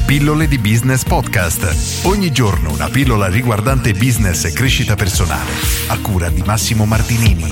Pillole di Business Podcast. Ogni giorno una pillola riguardante business e crescita personale. A cura di Massimo Martinini.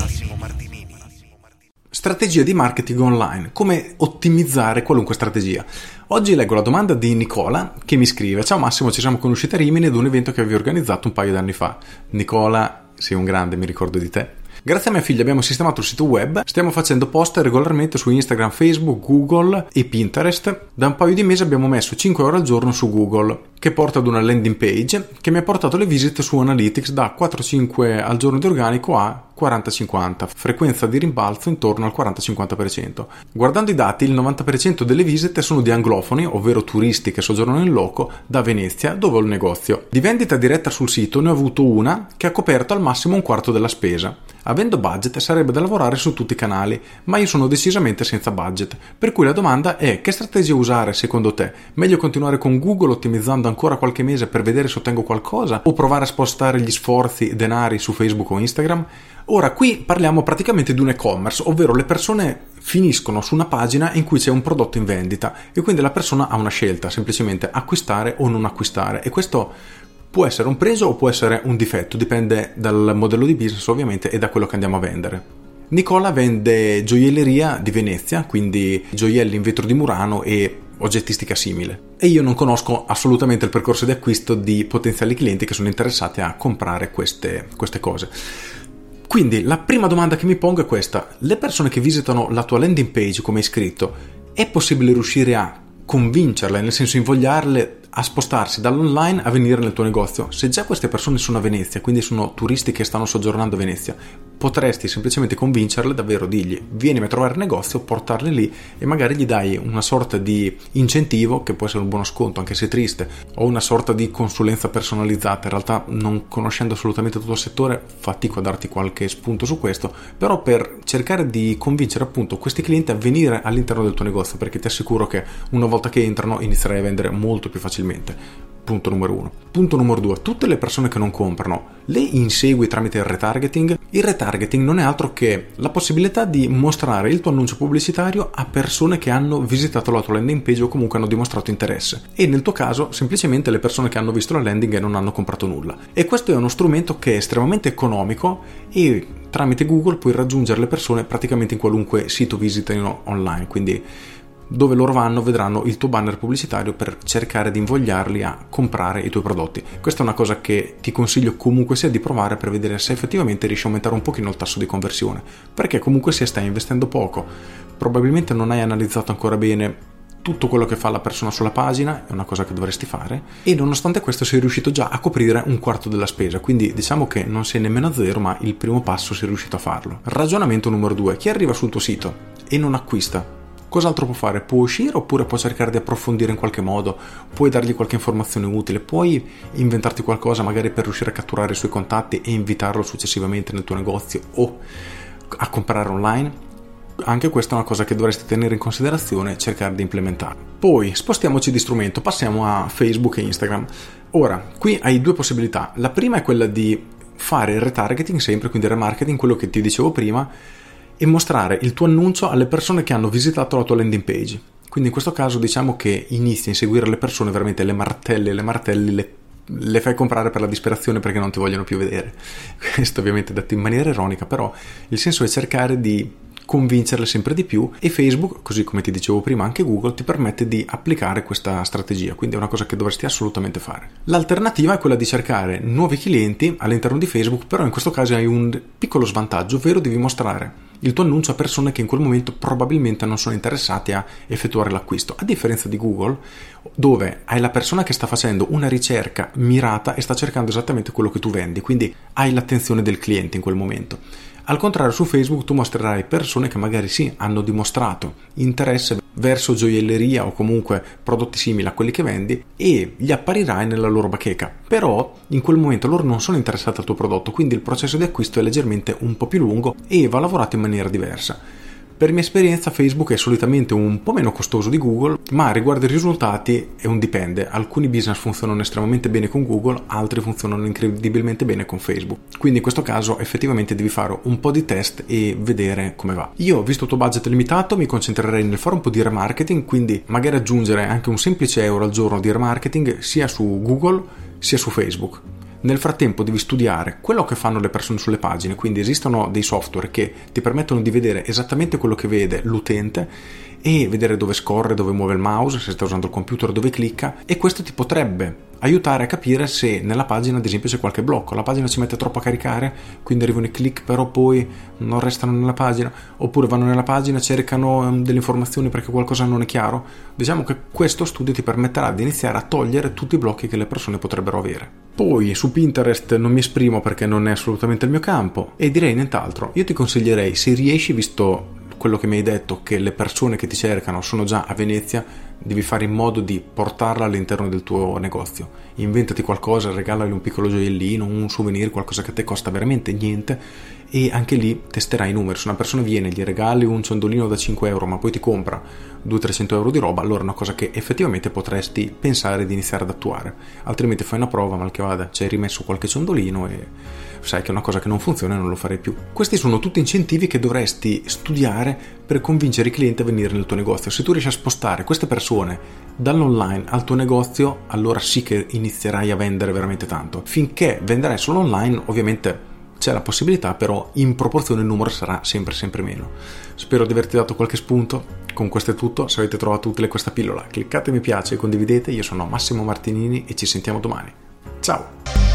Strategia di marketing online. Come ottimizzare qualunque strategia. Oggi leggo la domanda di Nicola che mi scrive: ciao Massimo, ci siamo conosciuti a Rimini ad un evento che avevi organizzato un paio di anni fa. Nicola, sei un grande, mi ricordo di te. Grazie a mia figlia abbiamo sistemato il sito web, stiamo facendo post regolarmente su Instagram, Facebook, Google e Pinterest. Da un paio di mesi abbiamo messo 5 ore al giorno su Google, che porta ad una landing page che mi ha portato le visite su Analytics da 4-5 al giorno di organico a 40-50, frequenza di rimbalzo intorno al 40-50%. Guardando i dati, il 90% delle visite sono di anglofoni, ovvero turisti che soggiornano in loco, da Venezia, dove ho il negozio. Di vendita diretta sul sito ne ho avuto una che ha coperto al massimo un quarto della spesa. Avendo budget sarebbe da lavorare su tutti i canali, ma io sono decisamente senza budget, per cui la domanda è: che strategia usare secondo te? Meglio continuare con Google ottimizzando ancora qualche mese per vedere se ottengo qualcosa, o provare a spostare gli sforzi denari su Facebook o Instagram? Ora, qui parliamo praticamente di un e-commerce, ovvero le persone finiscono su una pagina in cui c'è un prodotto in vendita e quindi la persona ha una scelta, semplicemente acquistare o non acquistare, e questo può essere un pregio o può essere un difetto, dipende dal modello di business ovviamente e da quello che andiamo a vendere. Nicola vende gioielleria di Venezia, quindi gioielli in vetro di Murano e oggettistica simile, e io non conosco assolutamente il percorso di acquisto di potenziali clienti che sono interessati a comprare queste cose. Quindi la prima domanda che mi pongo è questa: le persone che visitano la tua landing page come hai scritto, è possibile riuscire a convincerle, nel senso invogliarle a spostarsi dall'online a venire nel tuo negozio? Se già queste persone sono a Venezia, quindi sono turisti che stanno soggiornando a Venezia, potresti semplicemente convincerle, davvero dirgli: vienimi a trovare il negozio, portarle lì e magari gli dai una sorta di incentivo, che può essere un buono sconto anche se triste, o una sorta di consulenza personalizzata. In realtà, non conoscendo assolutamente tutto il settore, fatico a darti qualche spunto su questo, però per cercare di convincere appunto questi clienti a venire all'interno del tuo negozio, perché ti assicuro che una volta che entrano inizierai a vendere molto più facilmente. Punto numero 1. Punto numero 2. Tutte le persone che non comprano le insegui tramite il retargeting. Il retargeting non è altro che la possibilità di mostrare il tuo annuncio pubblicitario a persone che hanno visitato la tua landing page o comunque hanno dimostrato interesse, e nel tuo caso semplicemente le persone che hanno visto la landing e non hanno comprato nulla. E questo è uno strumento che è estremamente economico e tramite Google puoi raggiungere le persone praticamente in qualunque sito visitino online, quindi dove loro vanno vedranno il tuo banner pubblicitario per cercare di invogliarli a comprare i tuoi prodotti. Questa è una cosa che ti consiglio comunque sia di provare per vedere se effettivamente riesci a aumentare un pochino il tasso di conversione, perché comunque se stai investendo poco, probabilmente non hai analizzato ancora bene tutto quello che fa la persona sulla pagina, è una cosa che dovresti fare, e nonostante questo sei riuscito già a coprire un quarto della spesa, quindi diciamo che non sei nemmeno a zero, ma il primo passo sei riuscito a farlo. Ragionamento numero 2: chi arriva sul tuo sito e non acquista, cos'altro può fare? Può uscire oppure può cercare di approfondire in qualche modo, puoi dargli qualche informazione utile, puoi inventarti qualcosa magari per riuscire a catturare i suoi contatti e invitarlo successivamente nel tuo negozio o a comprare online. Anche questa è una cosa che dovresti tenere in considerazione e cercare di implementare. Poi spostiamoci di strumento, passiamo a Facebook e Instagram. Ora, qui hai due possibilità. La prima è quella di fare il retargeting sempre, quindi remarketing, quello che ti dicevo prima, e mostrare il tuo annuncio alle persone che hanno visitato la tua landing page. Quindi in questo caso diciamo che inizi a inseguire le persone, veramente le martelli, le fai comprare per la disperazione perché non ti vogliono più vedere. Questo ovviamente detto in maniera ironica, però il senso è cercare di convincerle sempre di più, e Facebook, così come ti dicevo prima anche Google, ti permette di applicare questa strategia, quindi è una cosa che dovresti assolutamente fare. L'alternativa è quella di cercare nuovi clienti all'interno di Facebook, però in questo caso hai un piccolo svantaggio, ovvero devi mostrare il tuo annuncio a persone che in quel momento probabilmente non sono interessate a effettuare l'acquisto, a differenza di Google, dove hai la persona che sta facendo una ricerca mirata e sta cercando esattamente quello che tu vendi, quindi hai l'attenzione del cliente in quel momento. Al contrario, su Facebook tu mostrerai persone che magari sì, hanno dimostrato interesse verso gioielleria o comunque prodotti simili a quelli che vendi, e gli apparirai nella loro bacheca, però in quel momento loro non sono interessati al tuo prodotto, quindi il processo di acquisto è leggermente un po' più lungo e va lavorato in maniera diversa. Per mia esperienza Facebook è solitamente un po' meno costoso di Google, ma riguardo ai risultati è un dipende. Alcuni business funzionano estremamente bene con Google, altri funzionano incredibilmente bene con Facebook. Quindi in questo caso effettivamente devi fare un po' di test e vedere come va. Io, visto il tuo budget limitato, mi concentrerei nel fare un po' di remarketing, quindi magari aggiungere anche un semplice euro al giorno di remarketing sia su Google sia su Facebook. Nel frattempo devi studiare quello che fanno le persone sulle pagine, quindi esistono dei software che ti permettono di vedere esattamente quello che vede l'utente e vedere dove scorre, dove muove il mouse, se sta usando il computer, dove clicca, e questo ti potrebbe aiutare a capire se nella pagina ad esempio c'è qualche blocco, la pagina ci mette troppo a caricare, quindi arrivano i click però poi non restano nella pagina, oppure vanno nella pagina, cercano delle informazioni perché qualcosa non è chiaro. Diciamo che questo studio ti permetterà di iniziare a togliere tutti i blocchi che le persone potrebbero avere. Poi su Pinterest non mi esprimo perché non è assolutamente il mio campo e direi nient'altro. Io ti consiglierei, se riesci, visto quello che mi hai detto, che le persone che ti cercano sono già a Venezia, devi fare in modo di portarla all'interno del tuo negozio. Inventati qualcosa, regalali un piccolo gioiellino, un souvenir, qualcosa che a te costa veramente niente, e anche lì testerai i numeri. Se una persona viene, gli regali un ciondolino da 5 euro ma poi ti compra 200-300 euro di roba, allora è una cosa che effettivamente potresti pensare di iniziare ad attuare. Altrimenti fai una prova, mal che vada, ci hai rimesso qualche ciondolino e sai che è una cosa che non funziona e non lo farei più. Questi sono tutti incentivi che dovresti studiare per convincere i clienti a venire nel tuo negozio. Se tu riesci a spostare queste persone dall'online al tuo negozio, allora sì che inizierai a vendere veramente tanto. Finché venderai solo online, ovviamente c'è la possibilità, però in proporzione il numero sarà sempre meno. Spero di averti dato qualche spunto. Con questo è tutto. Se avete trovato utile questa pillola, cliccate mi piace e condividete. Io sono Massimo Martinini e ci sentiamo domani. Ciao!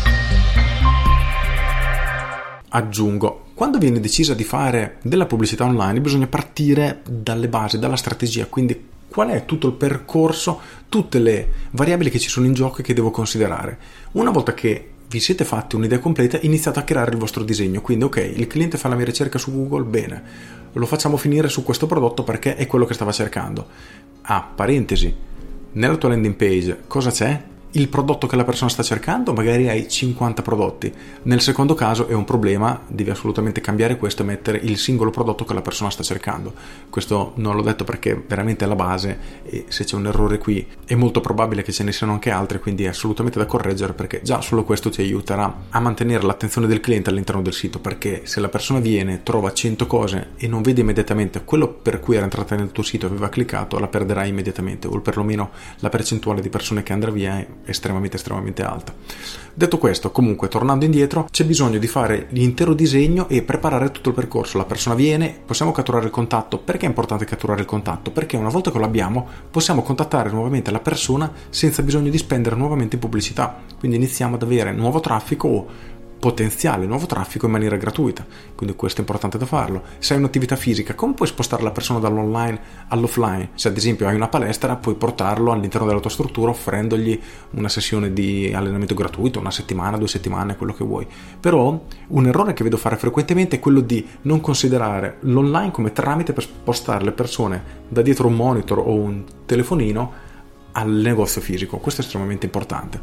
Aggiungo, quando viene decisa di fare della pubblicità online bisogna partire dalle basi, dalla strategia, quindi qual è tutto il percorso, tutte le variabili che ci sono in gioco e che devo considerare. Una volta che vi siete fatti un'idea completa, iniziate a creare il vostro disegno. Quindi ok, il cliente fa la mia ricerca su Google, bene, lo facciamo finire su questo prodotto perché è quello che stava cercando. Parentesi, nella tua landing page cosa c'è? Il prodotto che la persona sta cercando, magari hai 50 prodotti. Nel secondo caso è un problema, devi assolutamente cambiare questo e mettere il singolo prodotto che la persona sta cercando. Questo non l'ho detto perché veramente è la base e se c'è un errore qui è molto probabile che ce ne siano anche altri, quindi è assolutamente da correggere, perché già solo questo ti aiuterà a mantenere l'attenzione del cliente all'interno del sito, perché se la persona viene, trova 100 cose e non vede immediatamente quello per cui era entrata nel tuo sito e aveva cliccato, la perderai immediatamente, o perlomeno la percentuale di persone che andrà via è estremamente alta. Detto questo, comunque, tornando indietro, c'è bisogno di fare l'intero disegno e preparare tutto il percorso. La persona viene, possiamo catturare il contatto. Perché è importante catturare il contatto? Perché una volta che lo abbiamo possiamo contattare nuovamente la persona senza bisogno di spendere nuovamente in pubblicità, quindi iniziamo ad avere nuovo traffico o potenziale nuovo traffico in maniera gratuita, quindi questo è importante da farlo. Se hai un'attività fisica, come puoi spostare la persona dall'online all'offline? Se ad esempio hai una palestra, puoi portarlo all'interno della tua struttura offrendogli una sessione di allenamento gratuito, una settimana, 2 settimane, quello che vuoi. Però un errore che vedo fare frequentemente è quello di non considerare l'online come tramite per spostare le persone da dietro un monitor o un telefonino al negozio fisico. Questo è estremamente importante.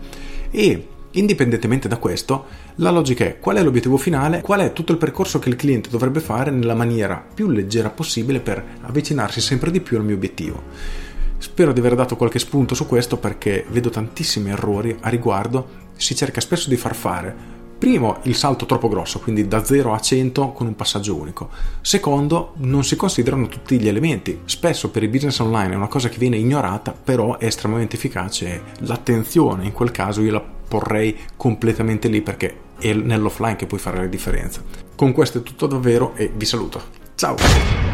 E indipendentemente da questo, la logica è: qual è l'obiettivo finale, qual è tutto il percorso che il cliente dovrebbe fare nella maniera più leggera possibile per avvicinarsi sempre di più al mio obiettivo. Spero di aver dato qualche spunto su questo, perché vedo tantissimi errori a riguardo. Si cerca spesso di far fare primo il salto troppo grosso, quindi da 0 a 100 con un passaggio unico. Secondo, non si considerano tutti gli elementi. Spesso per i business online è una cosa che viene ignorata, però è estremamente efficace. L'attenzione in quel caso io la porrei completamente lì, perché è nell'offline che puoi fare la differenza. Con questo è tutto davvero e vi saluto. Ciao!